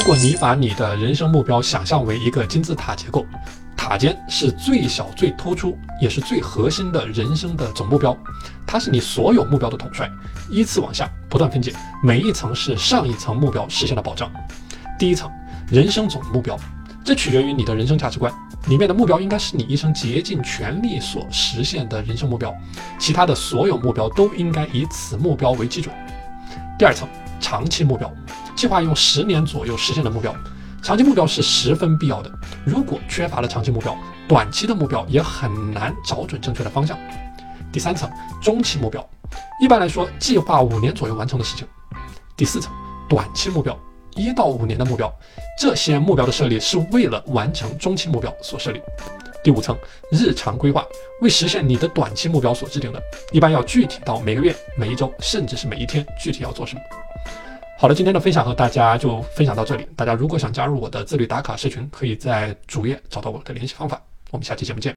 果你把你的人生目标想象为一个金字塔结构，塔尖是最小最突出也是最核心的人生的总目标，它是你所有目标的统帅，依次往下不断分解，每一层是上一层目标实现的保障。第一层，人生总目标，这取决于你的人生价值观，里面的目标应该是你一生竭尽全力所实现的人生目标，其他的所有目标都应该以此目标为基准。第二层，长期目标，计划用10年左右实现的目标，长期目标是十分必要的，如果缺乏了长期目标，短期的目标也很难找准正确的方向。第三层，中期目标，一般来说计划5年左右完成的事情。第四层，短期目标，1到5年的目标，这些目标的设立是为了完成中期目标所设立。第5层，日常规划，为实现你的短期目标所制定的，一般要具体到每个月、每一周，甚至是每一天，具体要做什么。好了，今天的分享和大家就分享到这里。大家如果想加入我的自律打卡社群，可以在主页找到我的联系方法。我们下期节目见。